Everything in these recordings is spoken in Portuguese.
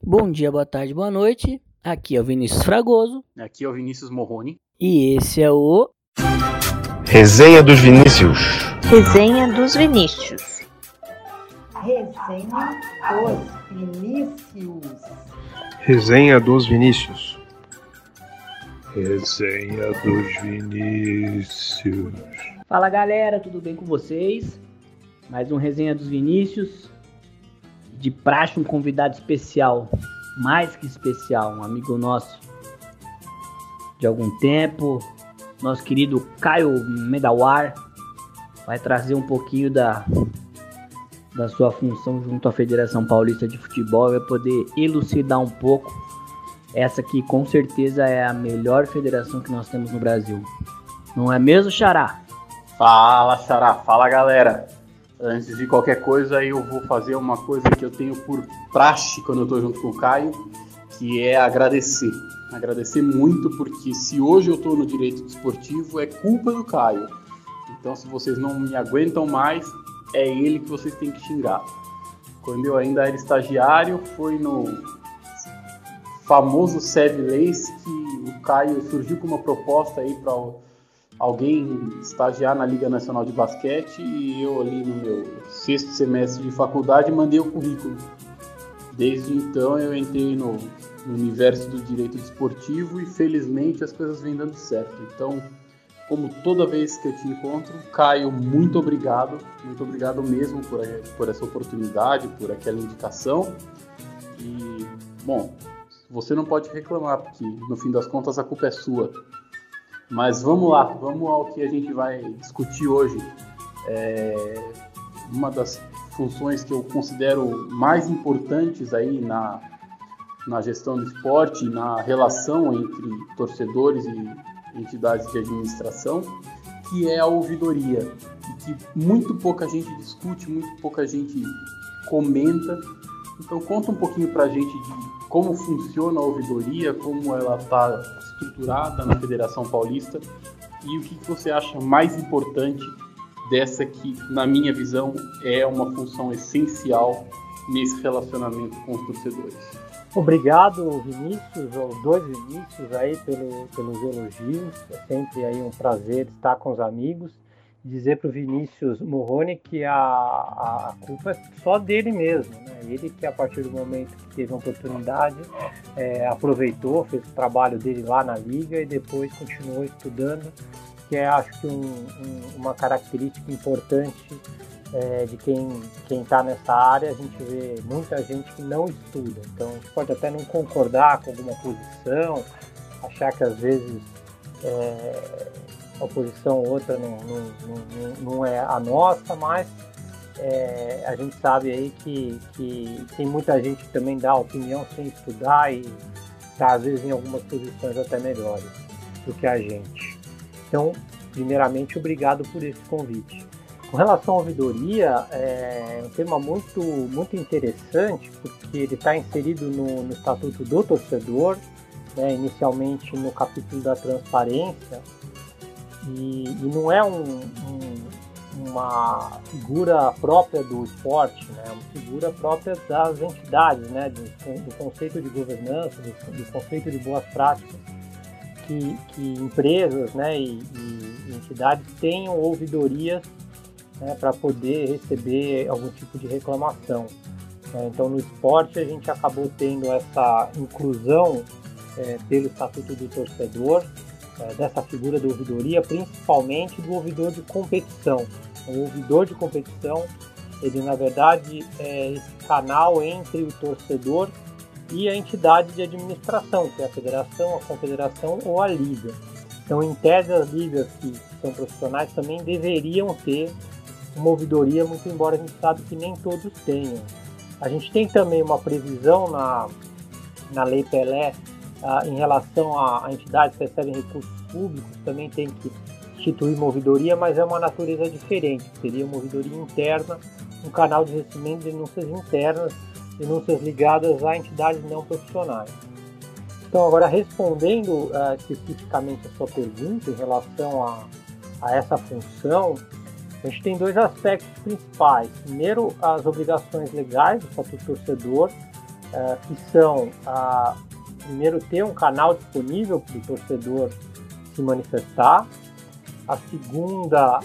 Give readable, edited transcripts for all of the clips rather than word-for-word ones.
Bom dia, boa tarde, boa noite. Aqui é o Vinícius Fragoso. Aqui é o Vinícius Morrone. E esse é o Resenha dos Vinícius. Resenha dos Vinícius. Resenha dos Vinícius. Resenha dos Vinícius. Resenha dos Vinícius. Fala galera, tudo bem com vocês? Mais um Resenha dos Vinícius. De praxe, um convidado especial, mais que especial, um amigo nosso de algum tempo, nosso querido Caio Medawar, vai trazer um pouquinho da sua função junto à Federação Paulista de Futebol, vai poder elucidar um pouco essa que com certeza é a melhor federação que nós temos no Brasil. Não é mesmo, Xará? Fala, Xará. Fala, galera. Antes de qualquer coisa, eu vou fazer uma coisa que eu tenho por praxe quando eu tô junto com o Caio, que é agradecer. Agradecer muito, porque se hoje eu tô no direito desportivo, é culpa do Caio. Então, se vocês não me aguentam mais, é ele que vocês têm que xingar. Quando eu ainda era estagiário, foi no famoso Seve Leis que o Caio surgiu com uma proposta aí para alguém estagiar na Liga Nacional de Basquete, e eu ali no meu 6º semestre de faculdade mandei o currículo. Desde então eu entrei no universo do direito desportivo e felizmente as coisas vêm dando certo. Então, como toda vez que eu te encontro, Caio, muito obrigado mesmo por essa oportunidade, por aquela indicação. E, bom, você não pode reclamar, porque no fim das contas a culpa é sua. Mas vamos lá, vamos ao que a gente vai discutir hoje. Uma das funções que eu considero mais importantes aí na gestão do esporte, na relação entre torcedores e entidades de administração, que é a ouvidoria, e que muito pouca gente discute, muito pouca gente comenta. Então conta um pouquinho pra gente de como funciona a ouvidoria, como ela está estruturada na Federação Paulista e o que você acha mais importante dessa que, na minha visão, é uma função essencial nesse relacionamento com os torcedores. Obrigado, Vinícius, ou dois Vinícius aí pelos elogios. É sempre aí um prazer estar com os amigos. Dizer para o Vinícius Morrone que a culpa é só dele mesmo, né? Ele que a partir do momento que teve a oportunidade aproveitou, fez o trabalho dele lá na Liga e depois continuou estudando, que é acho que uma característica importante de quem está nessa área. A gente vê muita gente que não estuda, então a gente pode até não concordar com alguma posição, achar que às vezes uma posição ou outra não é a nossa, mas a gente sabe aí que tem muita gente que também dá opinião sem estudar e está às vezes em algumas posições até melhores do que a gente. Então, primeiramente, obrigado por esse convite. Com relação à ouvidoria, é um tema muito, muito interessante, porque ele está inserido no Estatuto do Torcedor, né, inicialmente no capítulo da transparência, e não é uma figura própria do esporte, né? É uma figura própria das entidades, né? Do conceito de governança, do conceito de boas práticas, que empresas, né, e entidades tenham ouvidorias, né, para poder receber algum tipo de reclamação. Então, no esporte, a gente acabou tendo essa inclusão pelo Estatuto do Torcedor, dessa figura da ouvidoria, principalmente do ouvidor de competição. O ouvidor de competição, ele na verdade é esse canal entre o torcedor e a entidade de administração, que é a federação, a confederação ou a liga. Então, em tese, as ligas que são profissionais também deveriam ter uma ouvidoria, muito embora a gente sabe que nem todos tenham. A gente tem também uma previsão na Lei Pelé, em relação a entidades que recebem recursos públicos, também tem que instituir uma ouvidoria, mas é uma natureza diferente. Seria uma ouvidoria interna, um canal de recebimento de denúncias internas, denúncias ligadas a entidades não profissionais. Então, agora respondendo especificamente a sua pergunta em relação a essa função, a gente tem dois aspectos principais. Primeiro, as obrigações legais do Estatuto Torcedor, que são, primeiro, ter um canal disponível para o torcedor se manifestar. A segunda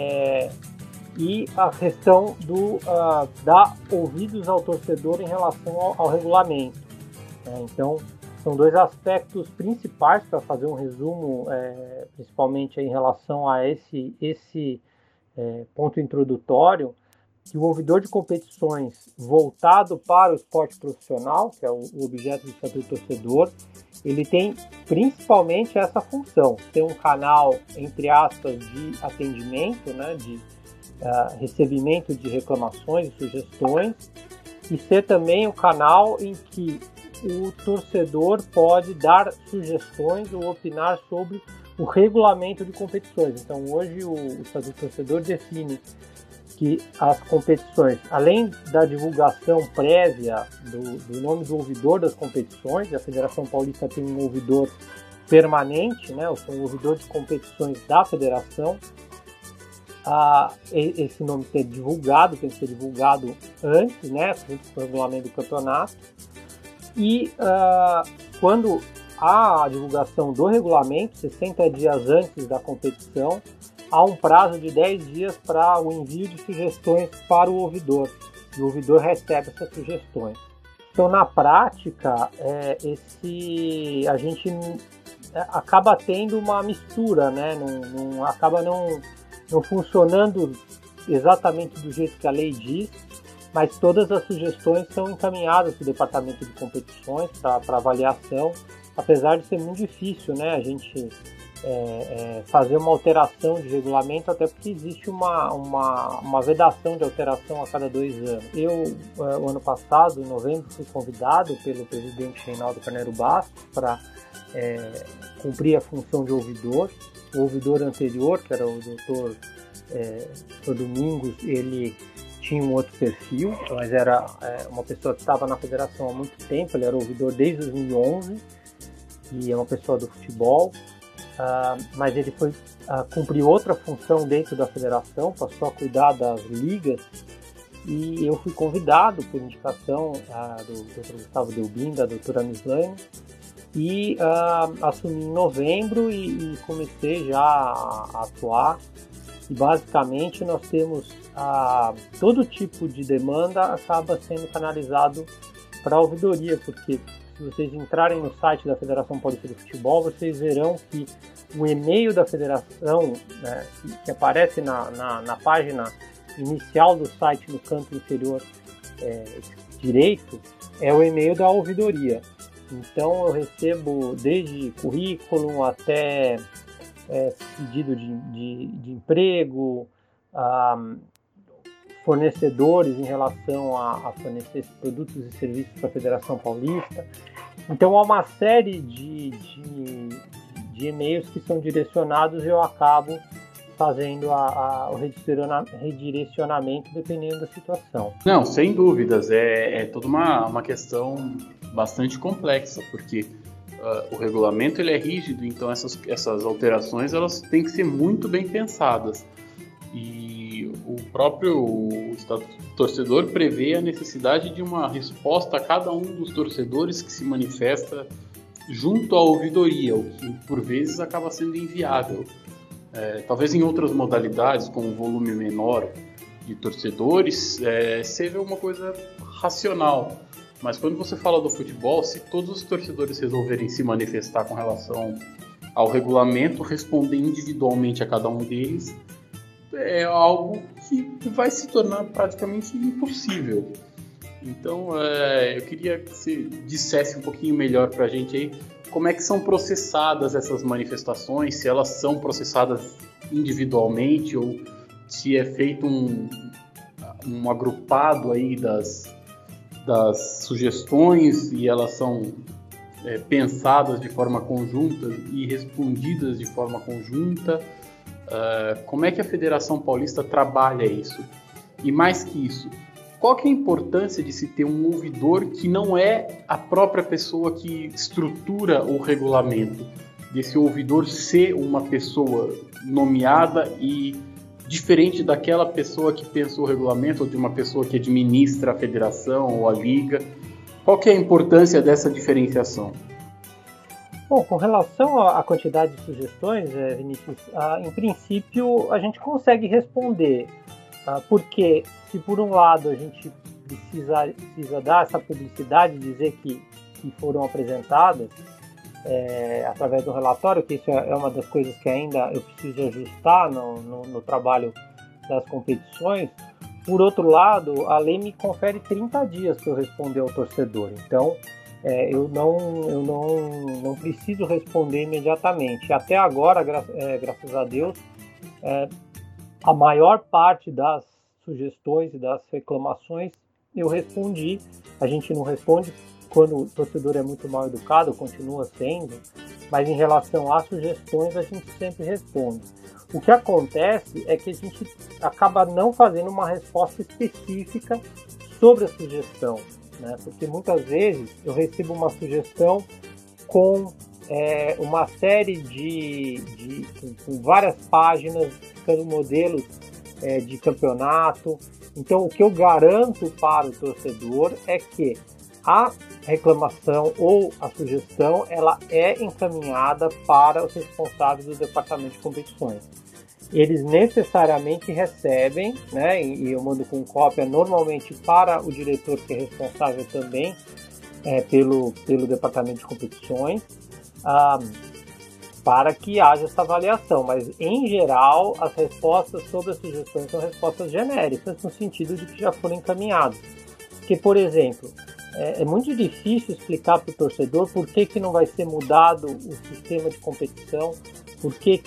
e a questão dar ouvidos ao torcedor em relação ao regulamento. Então, são dois aspectos principais para fazer um resumo, principalmente em relação a esse ponto introdutório, que o ouvidor de competições voltado para o esporte profissional, que é o objeto do Estatuto do Torcedor, ele tem principalmente essa função, ter um canal, entre aspas, de atendimento, né, de recebimento de reclamações e sugestões, e ser também o canal em que o torcedor pode dar sugestões ou opinar sobre o regulamento de competições. Então, hoje o Estatuto do Torcedor define que as competições, além da divulgação prévia do nome do ouvidor das competições, a Federação Paulista tem um ouvidor permanente, né, um ouvidor de competições da federação. Esse nome tem que ser divulgado antes, né, do regulamento do campeonato. E quando há a divulgação do regulamento, 60 dias antes da competição, há um prazo de 10 dias para o envio de sugestões para o ouvidor. E o ouvidor recebe essas sugestões. Então, na prática, a gente acaba tendo uma mistura, né? Acaba não funcionando exatamente do jeito que a lei diz, mas todas as sugestões são encaminhadas para o departamento de competições para avaliação, apesar de ser muito difícil, né, a gente fazer uma alteração de regulamento, até porque existe uma vedação de alteração a cada 2 anos. Eu, o ano passado, em novembro, fui convidado pelo presidente Reinaldo Carneiro Bastos para cumprir a função de ouvidor. O ouvidor anterior, que era o doutor Domingos, ele tinha um outro perfil, mas era uma pessoa que estava na federação há muito tempo, ele era ouvidor desde 2011 e é uma pessoa do futebol, mas ele foi cumprir outra função dentro da federação, passou a cuidar das ligas, e eu fui convidado por indicação do Dr. Gustavo Delbin, da doutora Mislane, e assumi em novembro e comecei já a atuar. E basicamente nós temos todo tipo de demanda acaba sendo canalizado para a ouvidoria, porque se vocês entrarem no site da Federação Paulista de Futebol, vocês verão que o e-mail da federação, né, que aparece na página inicial do site, no canto inferior direito, é o e-mail da ouvidoria. Então eu recebo desde currículo até pedido de emprego, fornecedores em relação a fornecer produtos e serviços para a Federação Paulista. Então há uma série de e-mails que são direcionados e eu acabo fazendo o redirecionamento dependendo da situação. Não, sem dúvidas, é toda uma questão bastante complexa, porque o regulamento ele é rígido, então essas alterações elas têm que ser muito bem pensadas. E o próprio Estatuto do Torcedor prevê a necessidade de uma resposta a cada um dos torcedores que se manifesta junto à ouvidoria, o que por vezes acaba sendo inviável. Talvez em outras modalidades, com um volume menor de torcedores, seja uma coisa racional. Mas quando você fala do futebol, se todos os torcedores resolverem se manifestar com relação ao regulamento, responder individualmente a cada um deles, é algo que vai se tornar praticamente impossível. Então, eu queria que você dissesse um pouquinho melhor para a gente aí como é que são processadas essas manifestações, se elas são processadas individualmente ou se é feito um agrupado aí das sugestões e elas são pensadas de forma conjunta e respondidas de forma conjunta. Como é que a Federação Paulista trabalha isso? E mais que isso, qual que é a importância de se ter um ouvidor que não é a própria pessoa que estrutura o regulamento, desse ouvidor ser uma pessoa nomeada e diferente daquela pessoa que pensa o regulamento ou de uma pessoa que administra a federação ou a liga? Qual que é a importância dessa diferenciação? Bom, com relação à quantidade de sugestões, Vinícius, em princípio a gente consegue responder, porque se por um lado a gente precisa dar essa publicidade, dizer que foram apresentadas através do relatório, que isso é uma das coisas que ainda eu preciso ajustar no trabalho das competições. Por outro lado, a lei me confere 30 dias para eu responder ao torcedor, então eu não preciso responder imediatamente. Até agora, graças a Deus, a maior parte das sugestões e das reclamações eu respondi. A gente não responde quando o torcedor é muito mal educado, continua sendo, mas em relação às sugestões a gente sempre responde. O que acontece é que a gente acaba não fazendo uma resposta específica sobre a sugestão, né? Porque muitas vezes eu recebo uma sugestão com uma série com várias páginas, ficando modelos de campeonato. Então, o que eu garanto para o torcedor é que a reclamação ou a sugestão ela é encaminhada para os responsáveis do departamento de competições. Eles necessariamente recebem, né, e eu mando com cópia normalmente para o diretor que é responsável também pelo departamento de competições, para que haja essa avaliação. Mas, em geral, as respostas sobre as sugestões são respostas genéricas, no sentido de que já foram encaminhadas. Porque, por exemplo, é muito difícil explicar para o torcedor por que não vai ser mudado o sistema de competição, por que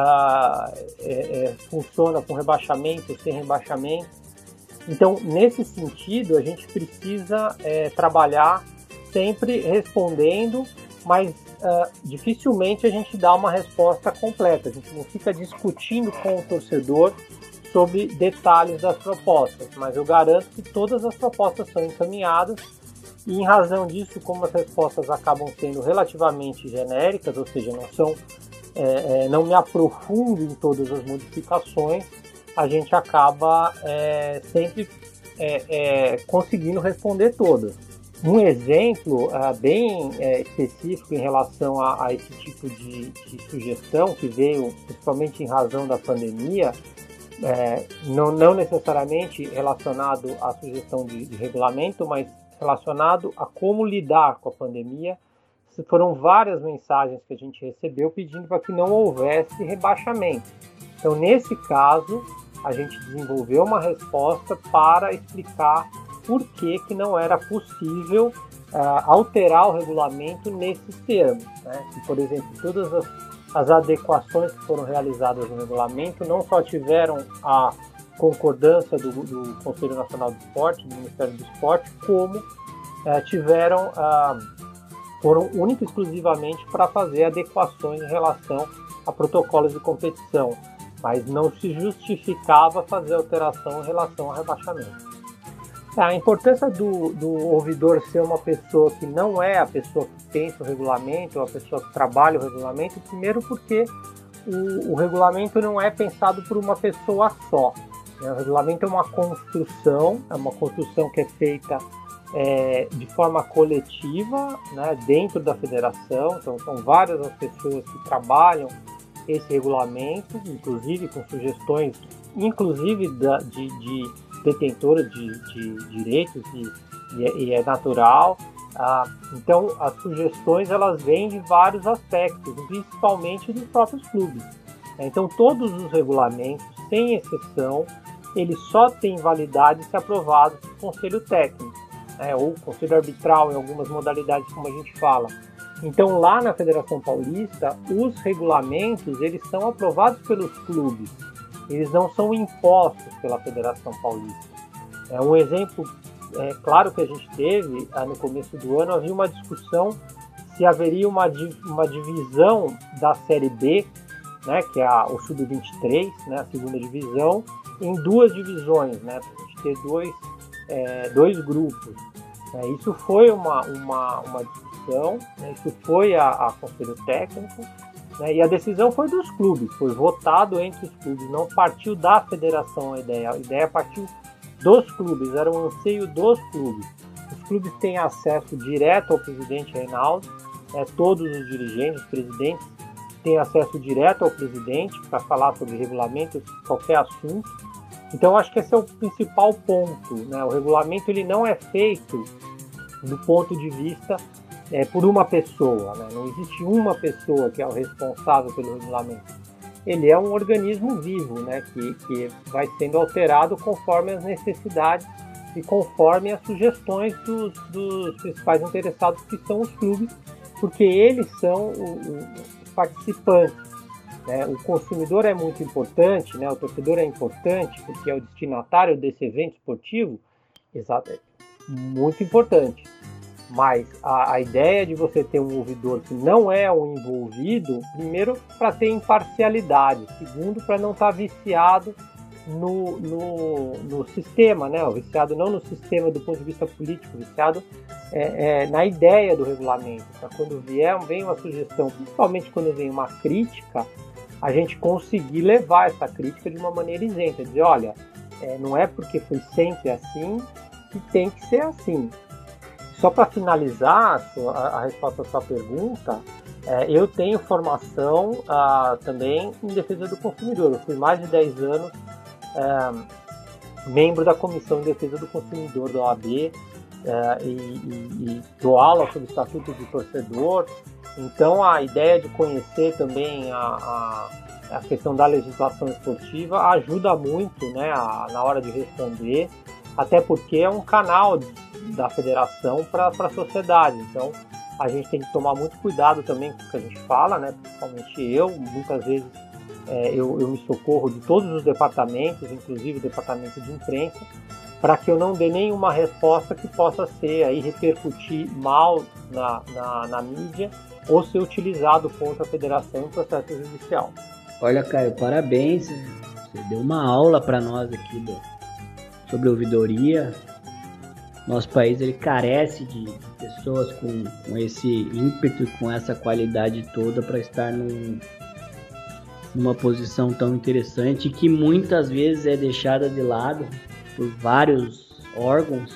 funciona com rebaixamento ou sem rebaixamento. Então, nesse sentido, a gente precisa trabalhar sempre respondendo, mas dificilmente a gente dá uma resposta completa. A gente não fica discutindo com o torcedor sobre detalhes das propostas, mas eu garanto que todas as propostas são encaminhadas e, em razão disso, como as respostas acabam sendo relativamente genéricas, ou seja, não me aprofundo em todas as modificações, a gente acaba sempre conseguindo responder todas. Um exemplo bem específico em relação a esse tipo de sugestão que veio principalmente em razão da pandemia, não necessariamente relacionado à sugestão de regulamento, mas relacionado a como lidar com a pandemia. Foram várias mensagens que a gente recebeu pedindo para que não houvesse rebaixamento. Então, nesse caso, a gente desenvolveu uma resposta para explicar por que não era possível alterar o regulamento nesses termos, né? Que, por exemplo, todas as adequações que foram realizadas no regulamento não só tiveram a concordância do Conselho Nacional do Esporte, do Ministério do Esporte, como foram única e exclusivamente para fazer adequações em relação a protocolos de competição, mas não se justificava fazer alteração em relação ao rebaixamento. A importância do ouvidor ser uma pessoa que não é a pessoa que pensa o regulamento, ou a pessoa que trabalha o regulamento, primeiro porque o regulamento não é pensado por uma pessoa só. O regulamento é uma construção que é feita de forma coletiva, né, dentro da federação. Então são várias as pessoas que trabalham esse regulamento, inclusive com sugestões, inclusive de detentores de direitos, e é natural. Então as sugestões elas vêm de vários aspectos, principalmente dos próprios clubes. Então todos os regulamentos, sem exceção, eles só têm validade se aprovados pelo Conselho Técnico, ou Conselho Arbitral em algumas modalidades, como a gente fala. Então lá na Federação Paulista, os regulamentos eles são aprovados pelos clubes, eles não são impostos pela Federação Paulista. Um exemplo claro que a gente teve no começo do ano, havia uma discussão se haveria uma divisão da Série B, né, que é o Sub-23, né, a segunda divisão, em duas divisões, né, para a gente ter dois grupos. Isso foi uma discussão, né, isso foi a Conselho Técnico, né, e a decisão foi dos clubes, foi votado entre os clubes, não partiu da federação a ideia partiu dos clubes, era um anseio dos clubes. clubes têm acesso direto ao presidente Reinaldo, né? Todos os dirigentes, os presidentes, têm acesso direto ao presidente para falar sobre regulamentos, qualquer assunto. Então, acho que esse é o principal ponto, né? O regulamento ele não é feito do ponto de vista por uma pessoa, né? Não existe uma pessoa que é o responsável pelo regulamento. Ele é um organismo vivo, né? Que vai sendo alterado conforme as necessidades e conforme as sugestões dos principais interessados, que são os clubes, porque eles são os participantes, né? O consumidor é muito importante, né? O torcedor é importante, porque é o destinatário desse evento esportivo, exato, é muito importante. Mas a ideia de você ter um ouvidor que não é um envolvido, primeiro, para ter imparcialidade, segundo, para não estar viciado no sistema, né? Viciado não no sistema do ponto de vista político, viciado na ideia do regulamento. Então, quando vem uma sugestão, principalmente quando vem uma crítica, a gente conseguir levar essa crítica de uma maneira isenta, dizer, olha, não é porque foi sempre assim que tem que ser assim. Só para finalizar a resposta à sua pergunta, eu tenho formação também em defesa do consumidor. Eu fui mais de 10 anos membro da Comissão de Defesa do Consumidor da OAB e dou aula sobre o Estatuto do Torcedor. Então, a ideia de conhecer também a questão da legislação esportiva ajuda muito, né, na hora de responder, até porque é um canal da federação para a sociedade. Então, a gente tem que tomar muito cuidado também com o que a gente fala, né? Principalmente eu, muitas vezes eu me socorro de todos os departamentos, inclusive o departamento de imprensa, para que eu não dê nenhuma resposta que possa ser aí repercutir mal na mídia ou ser utilizado contra a federação em processo judicial. Olha, Caio, parabéns. Você deu uma aula para nós aqui sobre ouvidoria. Nosso país ele carece de pessoas com esse ímpeto e com essa qualidade toda para estar numa posição tão interessante que muitas vezes é deixada de lado por vários órgãos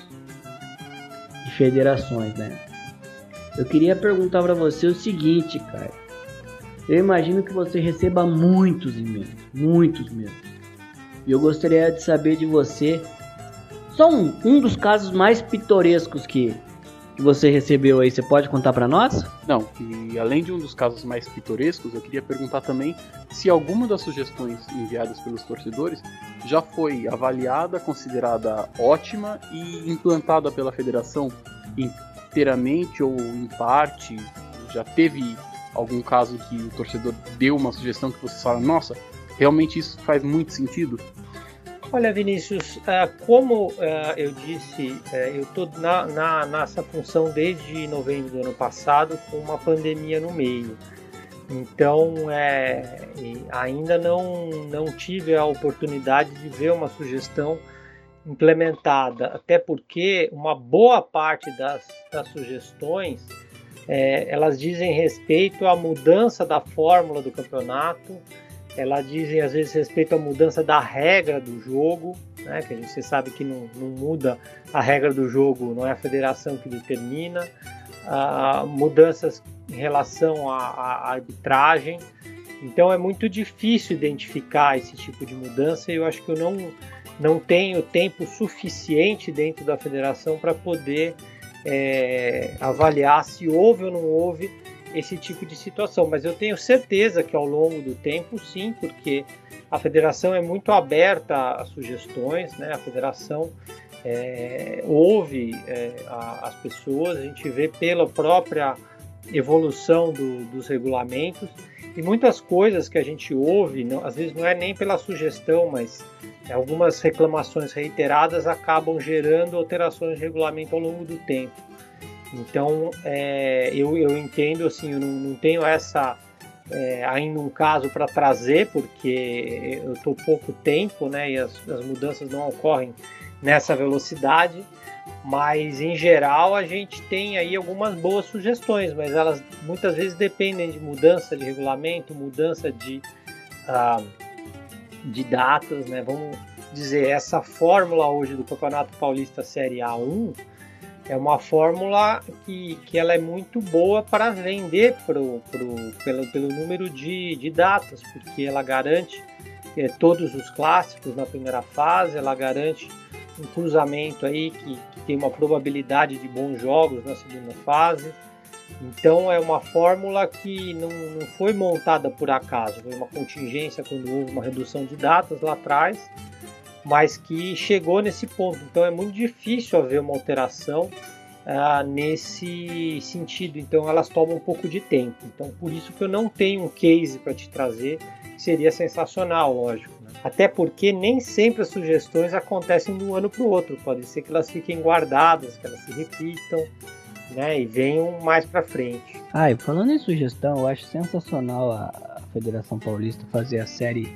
e federações, né? Eu queria perguntar para você o seguinte, cara. Eu imagino que você receba muitos e-mails, muitos mesmo. E eu gostaria de saber de você só um dos casos mais pitorescos que você recebeu aí. Você pode contar para nós? Não, e além de um dos casos mais pitorescos, eu queria perguntar também se alguma das sugestões enviadas pelos torcedores já foi avaliada, considerada ótima e implantada pela federação inteiramente ou em parte. Já teve algum caso que o torcedor deu uma sugestão que você fala, nossa, realmente isso faz muito sentido? Olha, Vinícius, como eu disse, eu estou nessa função desde novembro do ano passado, com uma pandemia no meio. Então, ainda não tive a oportunidade de ver uma sugestão implementada, até porque uma boa parte das sugestões, elas dizem respeito à mudança da fórmula do campeonato. Elas dizem, às vezes, respeito à mudança da regra do jogo, né? Que você sabe que não muda a regra do jogo, não é a federação que determina. Mudanças em relação à arbitragem. Então, é muito difícil identificar esse tipo de mudança e eu acho que eu não tenho tempo suficiente dentro da federação para poder avaliar se houve ou não houve esse tipo de situação, mas eu tenho certeza que ao longo do tempo, sim, porque a federação é muito aberta a sugestões, né? A federação ouve as pessoas, a gente vê pela própria evolução dos regulamentos e muitas coisas que a gente ouve, às vezes não é nem pela sugestão, mas algumas reclamações reiteradas acabam gerando alterações de regulamento ao longo do tempo. Então, eu entendo, assim, eu não tenho ainda um caso para trazer, porque eu estou pouco tempo, né, e as mudanças não ocorrem nessa velocidade, mas, em geral, a gente tem aí algumas boas sugestões, mas elas muitas vezes dependem de mudança de regulamento, mudança de datas, né, vamos dizer, essa fórmula hoje do Campeonato Paulista Série A1, é uma fórmula que ela é muito boa para vender pelo número de datas, porque ela garante todos os clássicos na primeira fase, ela garante um cruzamento aí que tem uma probabilidade de bons jogos na segunda fase. Então é uma fórmula que não foi montada por acaso, foi uma contingência quando houve uma redução de datas lá atrás, mas que chegou nesse ponto. Então é muito difícil haver uma alteração nesse sentido. Então elas tomam um pouco de tempo. Então por isso que eu não tenho um case para te trazer, que seria sensacional, lógico. Né? Até porque nem sempre as sugestões acontecem de um ano para o outro. Pode ser que elas fiquem guardadas, que elas se repitam, né, e venham mais para frente. E falando em sugestão, eu acho sensacional a Federação Paulista fazer a série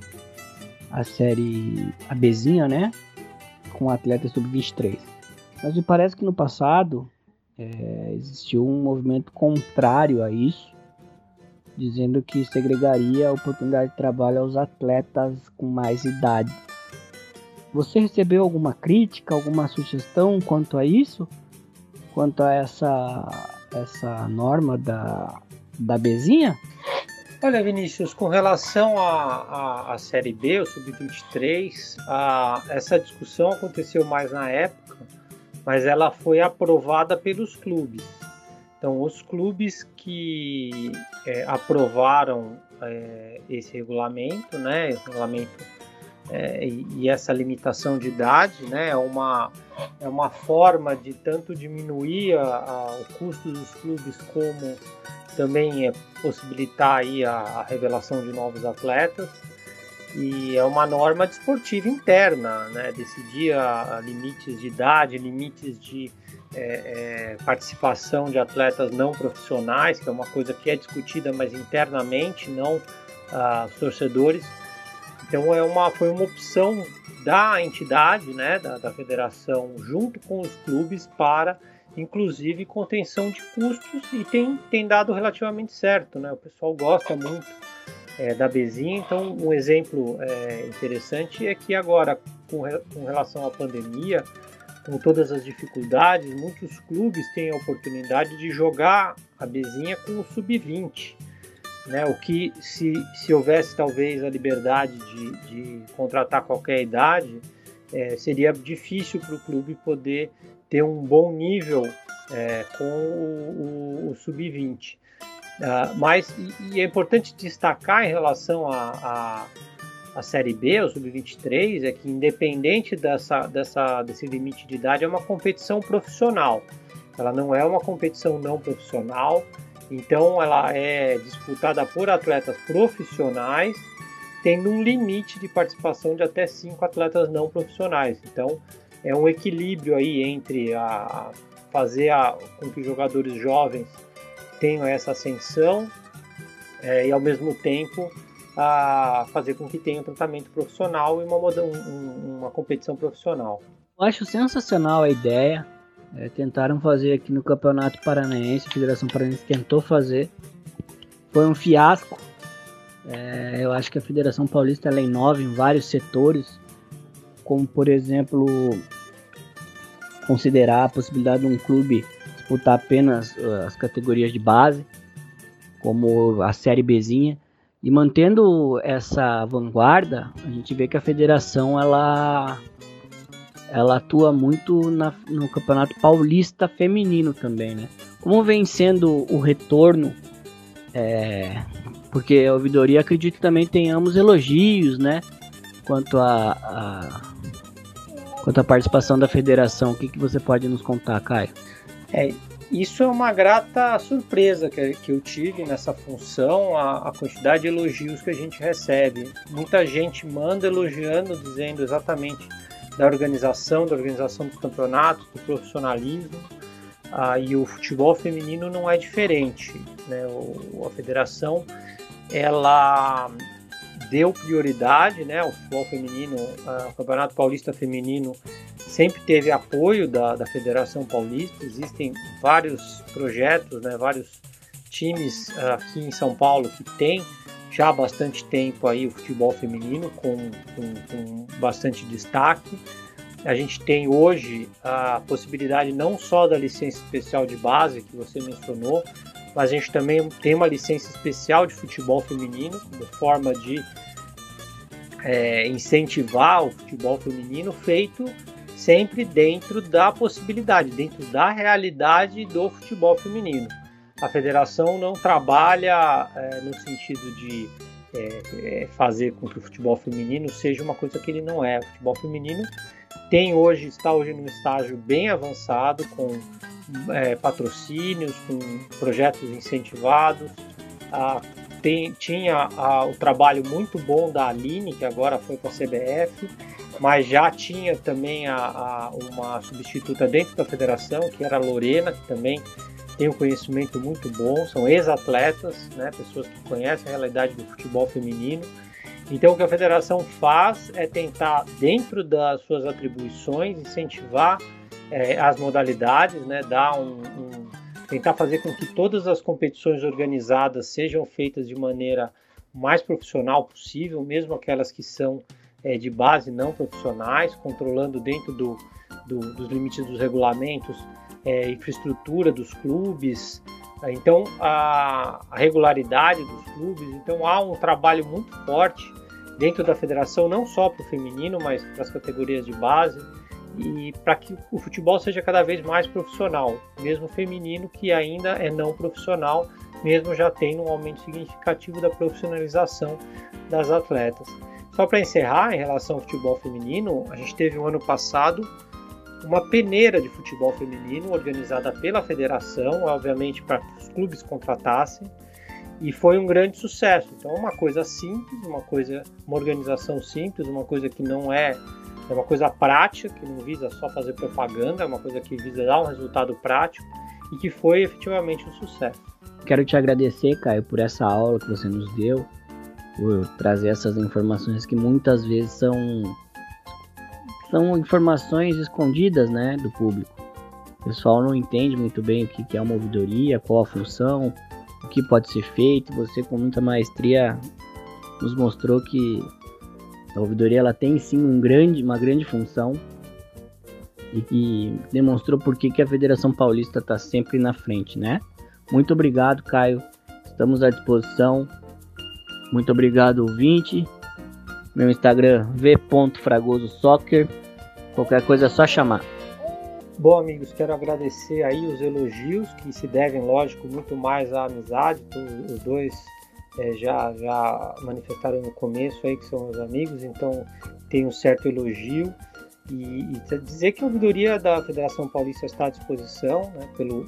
Bzinha, né, com atletas sub-23. Mas me parece que no passado existiu um movimento contrário a isso, dizendo que segregaria a oportunidade de trabalho aos atletas com mais idade. Você recebeu alguma crítica, alguma sugestão quanto a isso? Quanto a essa norma da Bzinha? Olha, Vinícius, com relação à Série B, o Sub-23, essa discussão aconteceu mais na época, mas ela foi aprovada pelos clubes. Então, os clubes que aprovaram esse regulamento, né, e essa limitação de idade, né, é uma forma de tanto diminuir o custo dos clubes, como também possibilitar aí a revelação de novos atletas. E é uma norma desportiva interna, né, decidir limites de idade, limites de participação de atletas não profissionais, que é uma coisa que é discutida, mas internamente, não os torcedores. Então foi uma opção da entidade, né, da federação, junto com os clubes, para, inclusive, contenção de custos, e tem dado relativamente certo, né? O pessoal gosta muito da Bzinha. Então um exemplo interessante é que agora, com relação à pandemia, com todas as dificuldades, muitos clubes têm a oportunidade de jogar a Bzinha com o Sub-20. Né, o que, se houvesse talvez a liberdade de contratar qualquer idade, seria difícil para o clube poder ter um bom nível com o Sub-20. Mas é importante destacar em relação à Série B, o Sub-23, é que, independente desse limite de idade, é uma competição profissional. Ela não é uma competição não profissional. Então ela é disputada por atletas profissionais, tendo um limite de participação de até 5 atletas não profissionais. Então é um equilíbrio aí entre fazer com que os jogadores jovens tenham essa ascensão e, ao mesmo tempo, fazer com que tenha um tratamento profissional e uma competição profissional. Eu acho sensacional a ideia. Tentaram fazer aqui no Campeonato Paranaense, a Federação Paranaense tentou fazer, foi um fiasco. Eu acho que a Federação Paulista ela inova em vários setores, como, por exemplo, considerar a possibilidade de um clube disputar apenas as categorias de base, como a Série Bzinha, e mantendo essa vanguarda, a gente vê que a federação ela atua muito no Campeonato Paulista Feminino também, né? Como vem sendo o retorno, porque a ouvidoria, acredito que também tenhamos elogios, né? Quanto à participação da federação. O que você pode nos contar, Caio? Isso é uma grata surpresa que eu tive nessa função, a quantidade de elogios que a gente recebe. Muita gente manda elogiando, dizendo exatamente da organização dos campeonatos, do profissionalismo, e o futebol feminino não é diferente, né? A federação ela deu prioridade, né, ao futebol feminino. O Campeonato Paulista Feminino sempre teve apoio da Federação Paulista. Existem vários projetos, né, vários times aqui em São Paulo que têm já há bastante tempo aí o futebol feminino com bastante destaque. A gente tem hoje a possibilidade não só da licença especial de base, que você mencionou, mas a gente também tem uma licença especial de futebol feminino, como forma de incentivar o futebol feminino, feito sempre dentro da possibilidade, dentro da realidade do futebol feminino. A federação não trabalha no sentido de fazer com que o futebol feminino seja uma coisa que ele não é. O futebol feminino está hoje num estágio bem avançado, com patrocínios, com projetos incentivados. Tinha o trabalho muito bom da Aline, que agora foi para a CBF, mas já tinha também uma substituta dentro da federação, que era a Lorena, que também tem um conhecimento muito bom, são ex-atletas, né, pessoas que conhecem a realidade do futebol feminino. Então o que a federação faz é tentar, dentro das suas atribuições, incentivar as modalidades, né, tentar fazer com que todas as competições organizadas sejam feitas de maneira mais profissional possível, mesmo aquelas que são de base não profissionais, controlando dentro dos limites dos regulamentos, infraestrutura dos clubes, então a regularidade dos clubes. Então há um trabalho muito forte dentro da federação, não só para o feminino, mas para as categorias de base, e para que o futebol seja cada vez mais profissional, mesmo feminino, que ainda é não profissional, mesmo já tendo um aumento significativo da profissionalização das atletas. Só para encerrar, em relação ao futebol feminino, a gente teve no ano passado uma peneira de futebol feminino organizada pela federação, obviamente para que os clubes contratassem, e foi um grande sucesso. Então, uma coisa simples, uma organização simples, uma coisa que não é uma coisa prática, que não visa só fazer propaganda, é uma coisa que visa dar um resultado prático e que foi efetivamente um sucesso. Quero te agradecer, Caio, por essa aula que você nos deu, por trazer essas informações que muitas vezes são informações escondidas, né, do público. O pessoal não entende muito bem o que é uma ouvidoria, qual a função, o que pode ser feito. Você, com muita maestria, nos mostrou que a ouvidoria ela tem sim uma grande função e que demonstrou por que a Federação Paulista está sempre na frente, né? Muito obrigado, Caio. Estamos à disposição. Muito obrigado, ouvinte. Meu Instagram, v.fragososoccer. Qualquer coisa é só chamar. Bom, amigos, quero agradecer aí os elogios, que se devem, lógico, muito mais à amizade. Os dois já manifestaram no começo aí que são meus amigos, então tem um certo elogio. E dizer que a ouvidoria da Federação Paulista está à disposição, né, pelo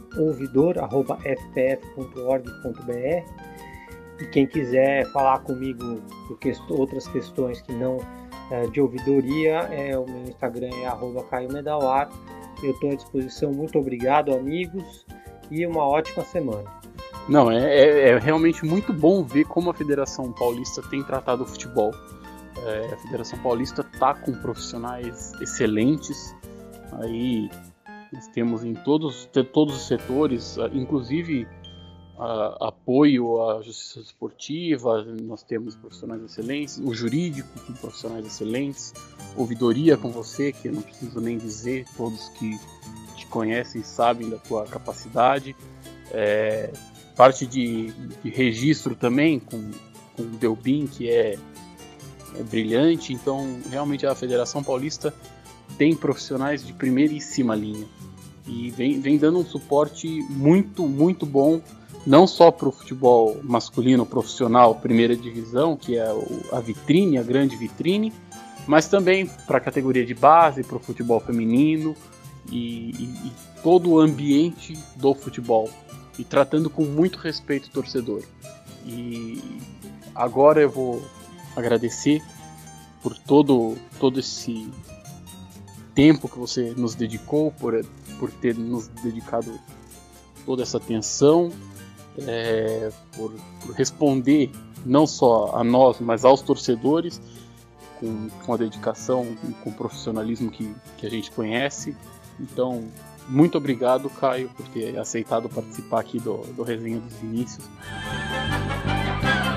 ouvidor@fpf.org.br, e quem quiser falar comigo por outras questões que não de ouvidoria, o meu Instagram é @CaioMedalar. Eu estou à disposição. Muito obrigado, amigos, e uma ótima semana. Não, é realmente muito bom ver como a Federação Paulista tem tratado o futebol. A Federação Paulista está com profissionais excelentes. Aí nós temos em todos os setores, inclusive apoio à justiça esportiva, nós temos profissionais excelentes, o jurídico com profissionais excelentes, ouvidoria com você, que eu não preciso nem dizer, todos que te conhecem sabem da tua capacidade, parte de registro também com o Delbin, que é brilhante. Então realmente a Federação Paulista tem profissionais de primeiríssima linha e vem dando um suporte muito, muito bom, não só para o futebol masculino profissional primeira divisão, que é a vitrine, a grande vitrine, mas também para a categoria de base, para o futebol feminino e todo o ambiente do futebol, e tratando com muito respeito o torcedor. E agora eu vou agradecer por todo esse tempo que você nos dedicou, por ter nos dedicado toda essa atenção, por responder não só a nós, mas aos torcedores, com a dedicação e com o profissionalismo que a gente conhece. Então, muito obrigado, Caio, por ter aceitado participar aqui do Resenha dos Vinícius.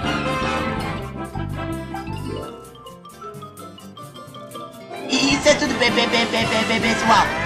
Isso é tudo pessoal.